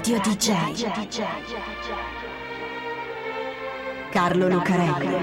Radio DJ. Carlo Lucarelli.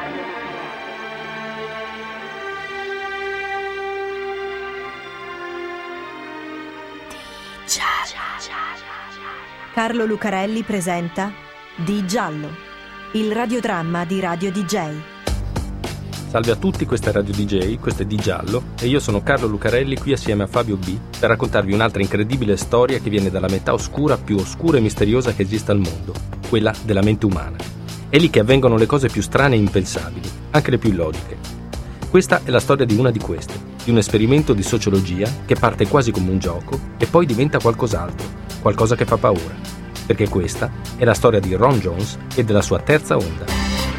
Carlo Lucarelli presenta Di Giallo, il radiodramma di Radio DJ. Salve a tutti, questa è Radio DJ, questo è Di Giallo e io sono Carlo Lucarelli qui assieme a Fabio B per raccontarvi un'altra incredibile storia che viene dalla metà oscura, più oscura e misteriosa che esista al mondo, quella della mente umana. È lì che avvengono le cose più strane e impensabili, anche le più illogiche. Questa è la storia di una di queste, di un esperimento di sociologia che parte quasi come un gioco e poi diventa qualcos'altro, qualcosa che fa paura, perché questa è la storia di Ron Jones e della sua terza onda.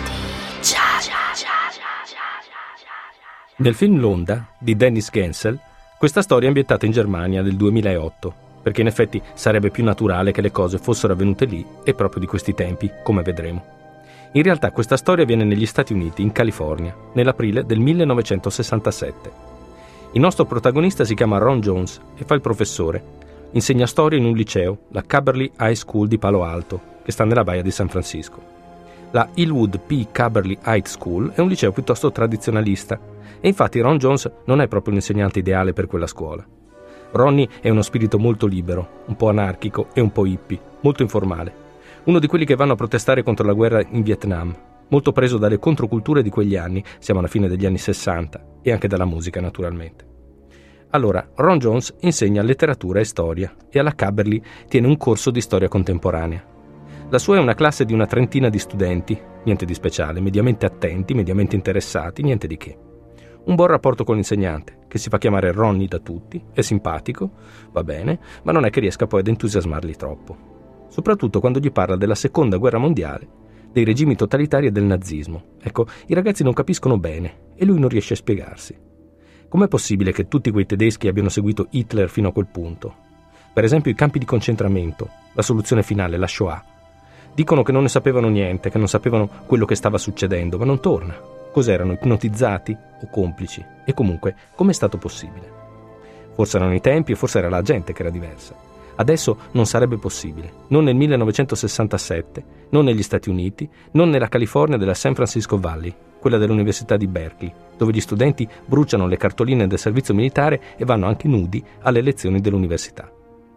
Nel film L'Onda di Dennis Gansel, questa storia è ambientata in Germania del 2008, perché in effetti sarebbe più naturale che le cose fossero avvenute lì e proprio di questi tempi, come vedremo. In realtà questa storia avviene negli Stati Uniti, in California, nell'aprile del 1967. Il nostro protagonista si chiama Ron Jones e fa il professore. Insegna storia in un liceo, la Cabberly High School di Palo Alto, che sta nella baia di San Francisco. La Hillwood P. Cabberly High School è un liceo piuttosto tradizionalista e infatti Ron Jones non è proprio l'insegnante ideale per quella scuola. Ronnie è uno spirito molto libero, un po' anarchico e un po' hippie, molto informale. Uno di quelli che vanno a protestare contro la guerra in Vietnam, molto preso dalle controculture di quegli anni, siamo alla fine degli anni 60, e anche dalla musica naturalmente. Allora, Ron Jones insegna letteratura e storia e alla Cabberly tiene un corso di storia contemporanea. La sua è una classe di una trentina di studenti, niente di speciale, mediamente attenti, mediamente interessati, niente di che. Un buon rapporto con l'insegnante, che si fa chiamare Ronnie da tutti, è simpatico, va bene, ma non è che riesca poi ad entusiasmarli troppo. Soprattutto quando gli parla della seconda guerra mondiale, dei regimi totalitari e del nazismo. Ecco, i ragazzi non capiscono bene e lui non riesce a spiegarsi. Com'è possibile che tutti quei tedeschi abbiano seguito Hitler fino a quel punto? Per esempio i campi di concentramento, la soluzione finale, la Shoah. Dicono che non ne sapevano niente, che non sapevano quello che stava succedendo, ma non torna. Cos'erano, ipnotizzati o complici? E comunque, com'è stato possibile? Forse erano i tempi e forse era la gente che era diversa. Adesso non sarebbe possibile, non nel 1967, non negli Stati Uniti, non nella California della San Francisco Valley, quella dell'Università di Berkeley, dove gli studenti bruciano le cartoline del servizio militare e vanno anche nudi alle lezioni dell'università.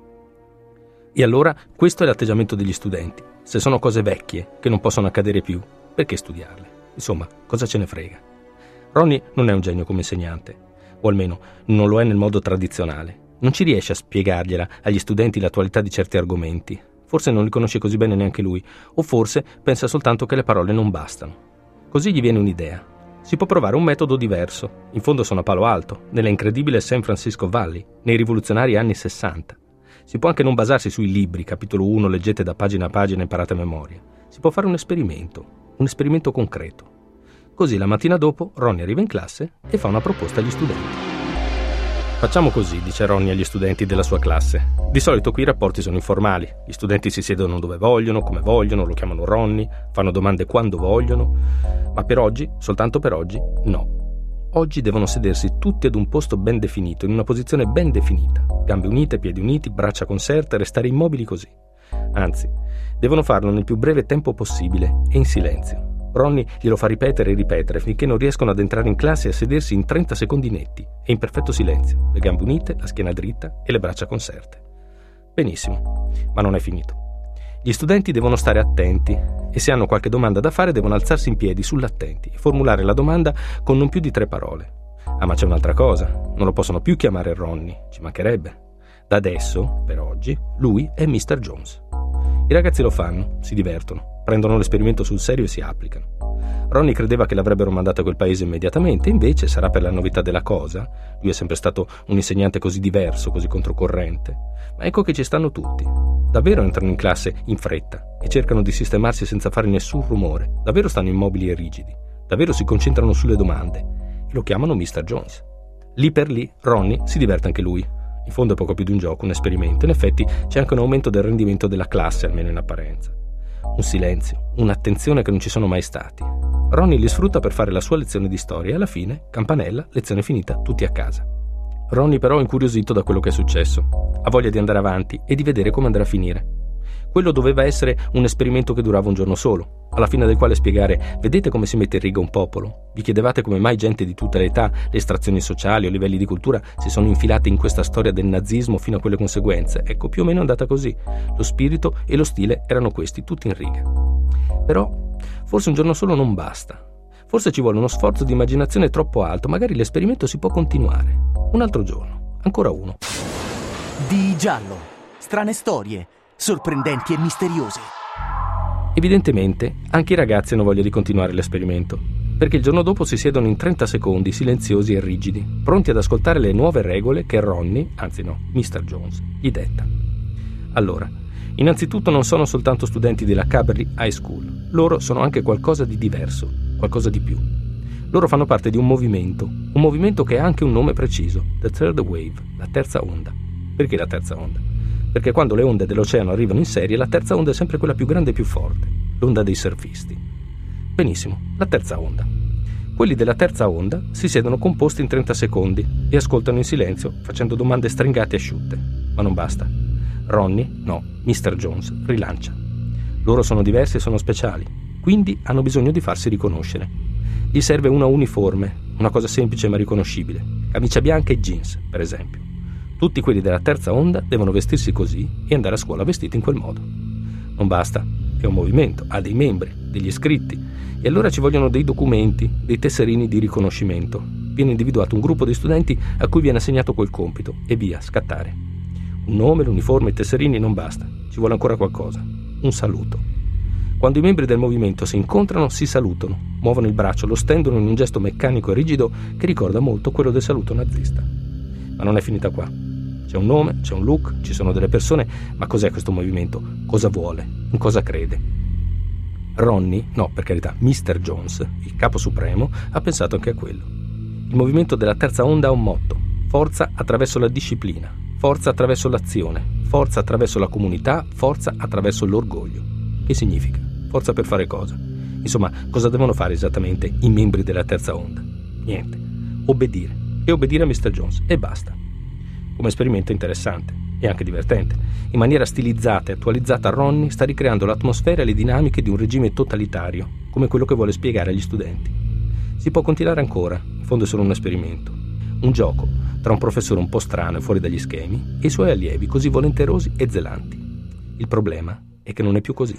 E allora questo è l'atteggiamento degli studenti. Se sono cose vecchie, che non possono accadere più, perché studiarle? Insomma, cosa ce ne frega? Ronnie non è un genio come insegnante, o almeno non lo è nel modo tradizionale. Non ci riesce a spiegargliela agli studenti l'attualità di certi argomenti. Forse non li conosce così bene neanche lui, o forse pensa soltanto che le parole non bastano. Così gli viene un'idea. Si può provare un metodo diverso. In fondo sono a Palo Alto, nella incredibile San Francisco Valley, nei rivoluzionari anni 60. Si può anche non basarsi sui libri, capitolo 1, leggete da pagina a pagina e imparate a memoria. Si può fare un esperimento concreto. Così la mattina dopo Ronnie arriva in classe e fa una proposta agli studenti. Facciamo così, dice Ronnie agli studenti della sua classe. Di solito qui i rapporti sono informali. Gli studenti si siedono dove vogliono, come vogliono, lo chiamano Ronnie, fanno domande quando vogliono. Ma per oggi, soltanto per oggi, no. Oggi devono sedersi tutti ad un posto ben definito, in una posizione ben definita. Gambe unite, piedi uniti, braccia conserte, restare immobili così. Anzi, devono farlo nel più breve tempo possibile e in silenzio. Ronnie glielo fa ripetere e ripetere finché non riescono ad entrare in classe e a sedersi in 30 secondi netti e in perfetto silenzio, le gambe unite, la schiena dritta e le braccia conserte. Benissimo, ma non è finito. Gli studenti devono stare attenti e se hanno qualche domanda da fare devono alzarsi in piedi sull'attenti e formulare la domanda con non più di 3 parole. Ah, ma c'è un'altra cosa, non lo possono più chiamare Ronnie, ci mancherebbe. Da adesso, per oggi, lui è Mr. Jones. I ragazzi lo fanno, si divertono, prendono l'esperimento sul serio e si applicano. Ronnie credeva che l'avrebbero mandato a quel paese immediatamente, invece sarà per la novità della cosa. Lui è sempre stato un insegnante così diverso, così controcorrente. Ma ecco che ci stanno tutti. Davvero entrano in classe in fretta e cercano di sistemarsi senza fare nessun rumore. Davvero stanno immobili e rigidi. Davvero si concentrano sulle domande. E lo chiamano Mr. Jones. Lì per lì Ronnie si diverte anche lui. In fondo è poco più di un gioco, un esperimento. In effetti c'è anche un aumento del rendimento della classe, almeno in apparenza. Un silenzio, un'attenzione che non ci sono mai stati. Ronnie li sfrutta per fare la sua lezione di storia e alla fine, campanella, lezione finita, tutti a casa. Ronnie però è incuriosito da quello che è successo. Ha voglia di andare avanti e di vedere come andrà a finire. Quello doveva essere un esperimento che durava un giorno solo, alla fine del quale spiegare: vedete come si mette in riga un popolo? Vi chiedevate come mai gente di tutte le età, le estrazioni sociali o livelli di cultura si sono infilate in questa storia del nazismo fino a quelle conseguenze? Ecco, più o meno è andata così. Lo spirito e lo stile erano questi, tutti in riga. Però forse un giorno solo non basta. Forse ci vuole uno sforzo di immaginazione troppo alto. Magari l'esperimento si può continuare. Un altro giorno, ancora uno. Di Giallo. Strane storie, sorprendenti e misteriose. Evidentemente anche i ragazzi hanno voglia di continuare l'esperimento, perché il giorno dopo si siedono in 30 secondi silenziosi e rigidi, pronti ad ascoltare le nuove regole che Ronnie, anzi no, Mr. Jones, gli detta. Allora, innanzitutto non sono soltanto studenti della Caberly High School, loro sono anche qualcosa di diverso, qualcosa di più. Loro fanno parte di un movimento che ha anche un nome preciso, The Third Wave, la terza onda. Perché la terza onda? Perché quando le onde dell'oceano arrivano in serie, la terza onda è sempre quella più grande e più forte, l'onda dei surfisti. Benissimo, la terza onda. Quelli della terza onda si siedono composti in 30 secondi e ascoltano in silenzio, facendo domande stringate e asciutte. Ma non basta. Ronnie, no, Mr. Jones, rilancia. Loro sono diversi e sono speciali, quindi hanno bisogno di farsi riconoscere. Gli serve una uniforme, una cosa semplice ma riconoscibile. Camicia bianca e jeans, per esempio. Tutti quelli della terza onda devono vestirsi così e andare a scuola vestiti in quel modo. Non basta, è un movimento, ha dei membri, degli iscritti, e allora ci vogliono dei documenti, dei tesserini di riconoscimento. Viene individuato un gruppo di studenti a cui viene assegnato quel compito e via, scattare. Un nome, l'uniforme, i tesserini non basta, ci vuole ancora qualcosa, un saluto. Quando i membri del movimento si incontrano, si salutano, muovono il braccio, lo stendono in un gesto meccanico e rigido che ricorda molto quello del saluto nazista. Ma non è finita qua. C'è un nome, c'è un look, ci sono delle persone, ma cos'è questo movimento? Cosa vuole? In cosa crede? Ronnie, no, per carità, Mr. Jones, il capo supremo, ha pensato anche a quello. Il movimento della terza onda ha un motto: forza attraverso la disciplina, forza attraverso l'azione, forza attraverso la comunità, forza attraverso l'orgoglio. Che significa? Forza per fare cosa? Insomma, cosa devono fare esattamente i membri della terza onda? Niente. Obbedire. E obbedire a Mr. Jones. E basta. Come esperimento interessante e anche divertente. In maniera stilizzata e attualizzata, Ronnie sta ricreando l'atmosfera e le dinamiche di un regime totalitario, come quello che vuole spiegare agli studenti. Si può continuare ancora, in fondo è solo un esperimento. Un gioco tra un professore un po' strano e fuori dagli schemi e i suoi allievi così volenterosi e zelanti. Il problema è che non è più così.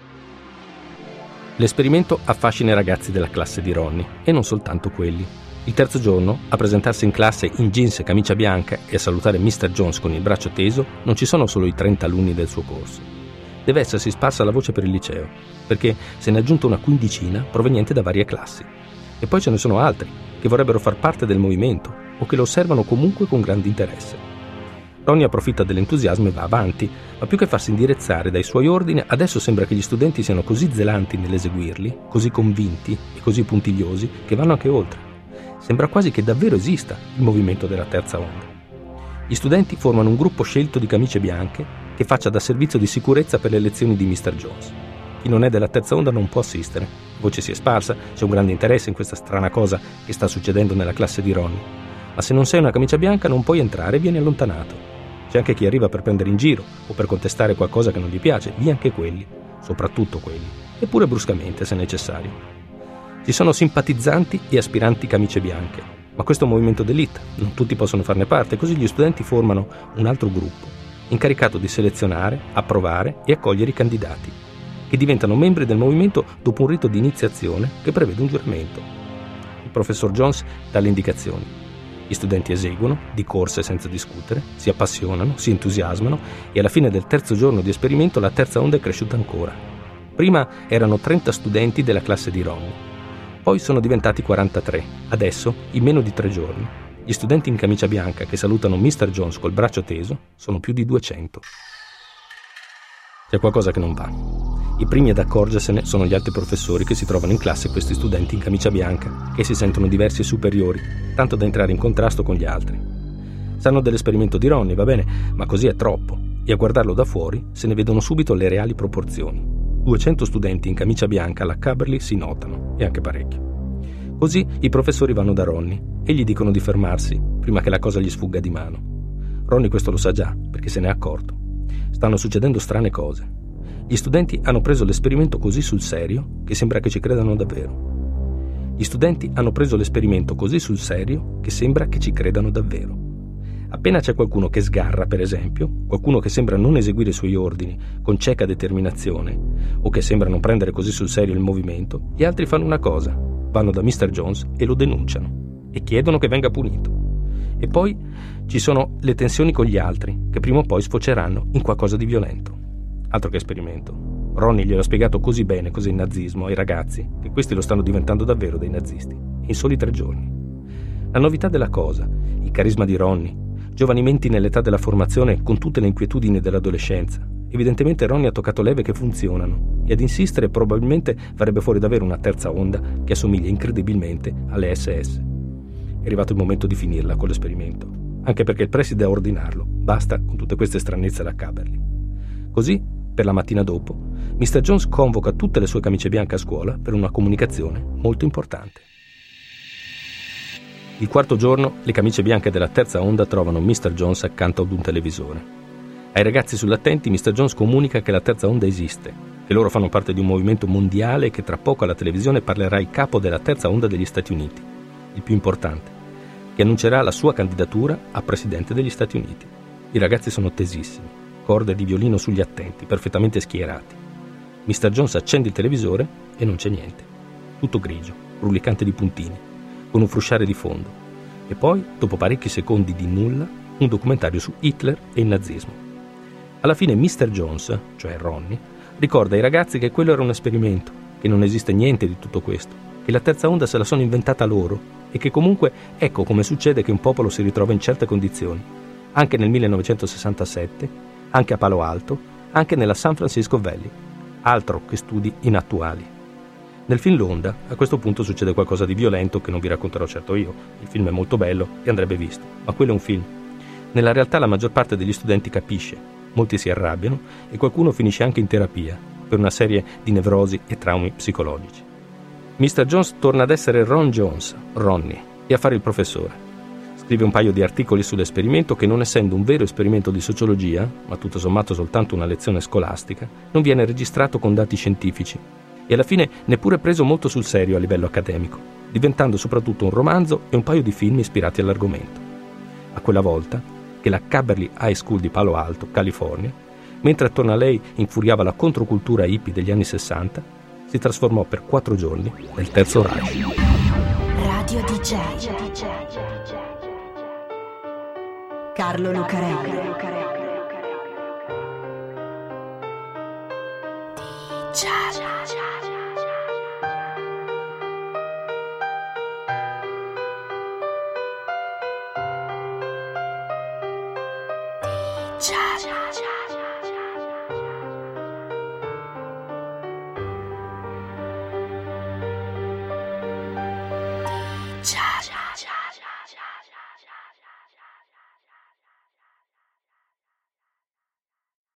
L'esperimento affascina i ragazzi della classe di Ronnie, e non soltanto quelli. Il terzo giorno, a presentarsi in classe in jeans e camicia bianca e a salutare Mr. Jones con il braccio teso, non ci sono solo i 30 alunni del suo corso. Deve essersi sparsa la voce per il liceo, perché se ne è aggiunta una quindicina proveniente da varie classi. E poi ce ne sono altri, che vorrebbero far parte del movimento, o che lo osservano comunque con grande interesse. Ronnie approfitta dell'entusiasmo e va avanti, ma più che farsi indirizzare dai suoi ordini, adesso sembra che gli studenti siano così zelanti nell'eseguirli, così convinti e così puntigliosi, che vanno anche oltre. Sembra quasi che davvero esista il movimento della terza onda. Gli studenti formano un gruppo scelto di camicie bianche che faccia da servizio di sicurezza per le lezioni di Mr. Jones. Chi non è della terza onda non può assistere. La voce si è sparsa, c'è un grande interesse in questa strana cosa che sta succedendo nella classe di Ronnie. Ma se non sei una camicia bianca non puoi entrare e vieni allontanato. C'è anche chi arriva per prendere in giro o per contestare qualcosa che non gli piace, via anche quelli, soprattutto quelli, eppure bruscamente se necessario. Ci sono simpatizzanti e aspiranti camicie bianche, ma questo è un movimento d'élite, non tutti possono farne parte, così gli studenti formano un altro gruppo, incaricato di selezionare, approvare e accogliere i candidati, che diventano membri del movimento dopo un rito di iniziazione che prevede un giuramento. Il professor Jones dà le indicazioni. Gli studenti eseguono, di corsa e senza discutere, si appassionano, si entusiasmano e alla fine del terzo giorno di esperimento la terza onda è cresciuta ancora. Prima erano 30 studenti della classe di Ronnie. Poi sono diventati 43. Adesso, in meno di 3 giorni, gli studenti in camicia bianca che salutano Mr. Jones col braccio teso sono più di 200. C'è qualcosa che non va. I primi ad accorgersene sono gli altri professori che si trovano in classe questi studenti in camicia bianca, che si sentono diversi e superiori, tanto da entrare in contrasto con gli altri. Sanno dell'esperimento di Ronnie, va bene, ma così è troppo, e a guardarlo da fuori se ne vedono subito le reali proporzioni. 200 studenti in camicia bianca alla Caberly si notano, e anche parecchio. Così i professori vanno da Ronnie e gli dicono di fermarsi, prima che la cosa gli sfugga di mano. Ronnie questo lo sa già, perché se ne è accorto. Stanno succedendo strane cose. Gli studenti hanno preso l'esperimento così sul serio che sembra che ci credano davvero. Gli studenti hanno preso l'esperimento così sul serio che sembra che ci credano davvero. Appena c'è qualcuno che sgarra, per esempio, qualcuno che sembra non eseguire i suoi ordini con cieca determinazione, o che sembra non prendere così sul serio il movimento, gli altri fanno una cosa: vanno da Mr. Jones e lo denunciano e chiedono che venga punito. E poi ci sono le tensioni con gli altri, che prima o poi sfoceranno in qualcosa di violento. Altro che esperimento. Ronnie glielo ha spiegato così bene cos'è il nazismo ai ragazzi che questi lo stanno diventando davvero dei nazisti, in soli 3 giorni. La novità della cosa, il carisma di Ronnie, giovani menti nell'età della formazione con tutte le inquietudini dell'adolescenza. Evidentemente Ronnie ha toccato leve che funzionano e ad insistere probabilmente farebbe fuori davvero una terza onda che assomiglia incredibilmente alle SS. È arrivato il momento di finirla con l'esperimento, anche perché il preside a ordinarlo basta con tutte queste stranezze da Caberly. Così, per la mattina dopo, Mr. Jones convoca tutte le sue camicie bianche a scuola per una comunicazione molto importante. Il quarto giorno, le camicie bianche della terza onda trovano Mr. Jones accanto ad un televisore. Ai ragazzi sull'attenti, Mr. Jones comunica che la terza onda esiste, che loro fanno parte di un movimento mondiale e che tra poco alla televisione parlerà il capo della terza onda degli Stati Uniti, il più importante, che annuncerà la sua candidatura a presidente degli Stati Uniti. I ragazzi sono tesissimi, corde di violino sugli attenti, perfettamente schierati. Mr. Jones accende il televisore e non c'è niente. Tutto grigio, brulicante di puntini, con un frusciare di fondo. E poi, dopo parecchi secondi di nulla, un documentario su Hitler e il nazismo. Alla fine Mr. Jones, cioè Ronnie, ricorda ai ragazzi che quello era un esperimento, che non esiste niente di tutto questo, che la terza onda se la sono inventata loro e che comunque ecco come succede che un popolo si ritrova in certe condizioni, anche nel 1967, anche a Palo Alto, anche nella San Francisco Valley. Altro che studi inattuali. Nel film L'Onda, a questo punto succede qualcosa di violento che non vi racconterò certo io. Il film è molto bello e andrebbe visto, ma quello è un film. Nella realtà la maggior parte degli studenti capisce, molti si arrabbiano e qualcuno finisce anche in terapia per una serie di nevrosi e traumi psicologici. Mr. Jones torna ad essere Ron Jones, Ronnie, e a fare il professore. Scrive un paio di articoli sull'esperimento che, non essendo un vero esperimento di sociologia, ma tutto sommato soltanto una lezione scolastica, non viene registrato con dati scientifici e alla fine neppure preso molto sul serio a livello accademico, diventando soprattutto un romanzo e un paio di film ispirati all'argomento. A quella volta, che la Caberly High School di Palo Alto, California, mentre attorno a lei infuriava la controcultura hippie degli anni 60, si trasformò per 4 giorni nel Terzo Reich. Radio DJ Carlo Lucarelli. Cha-cha.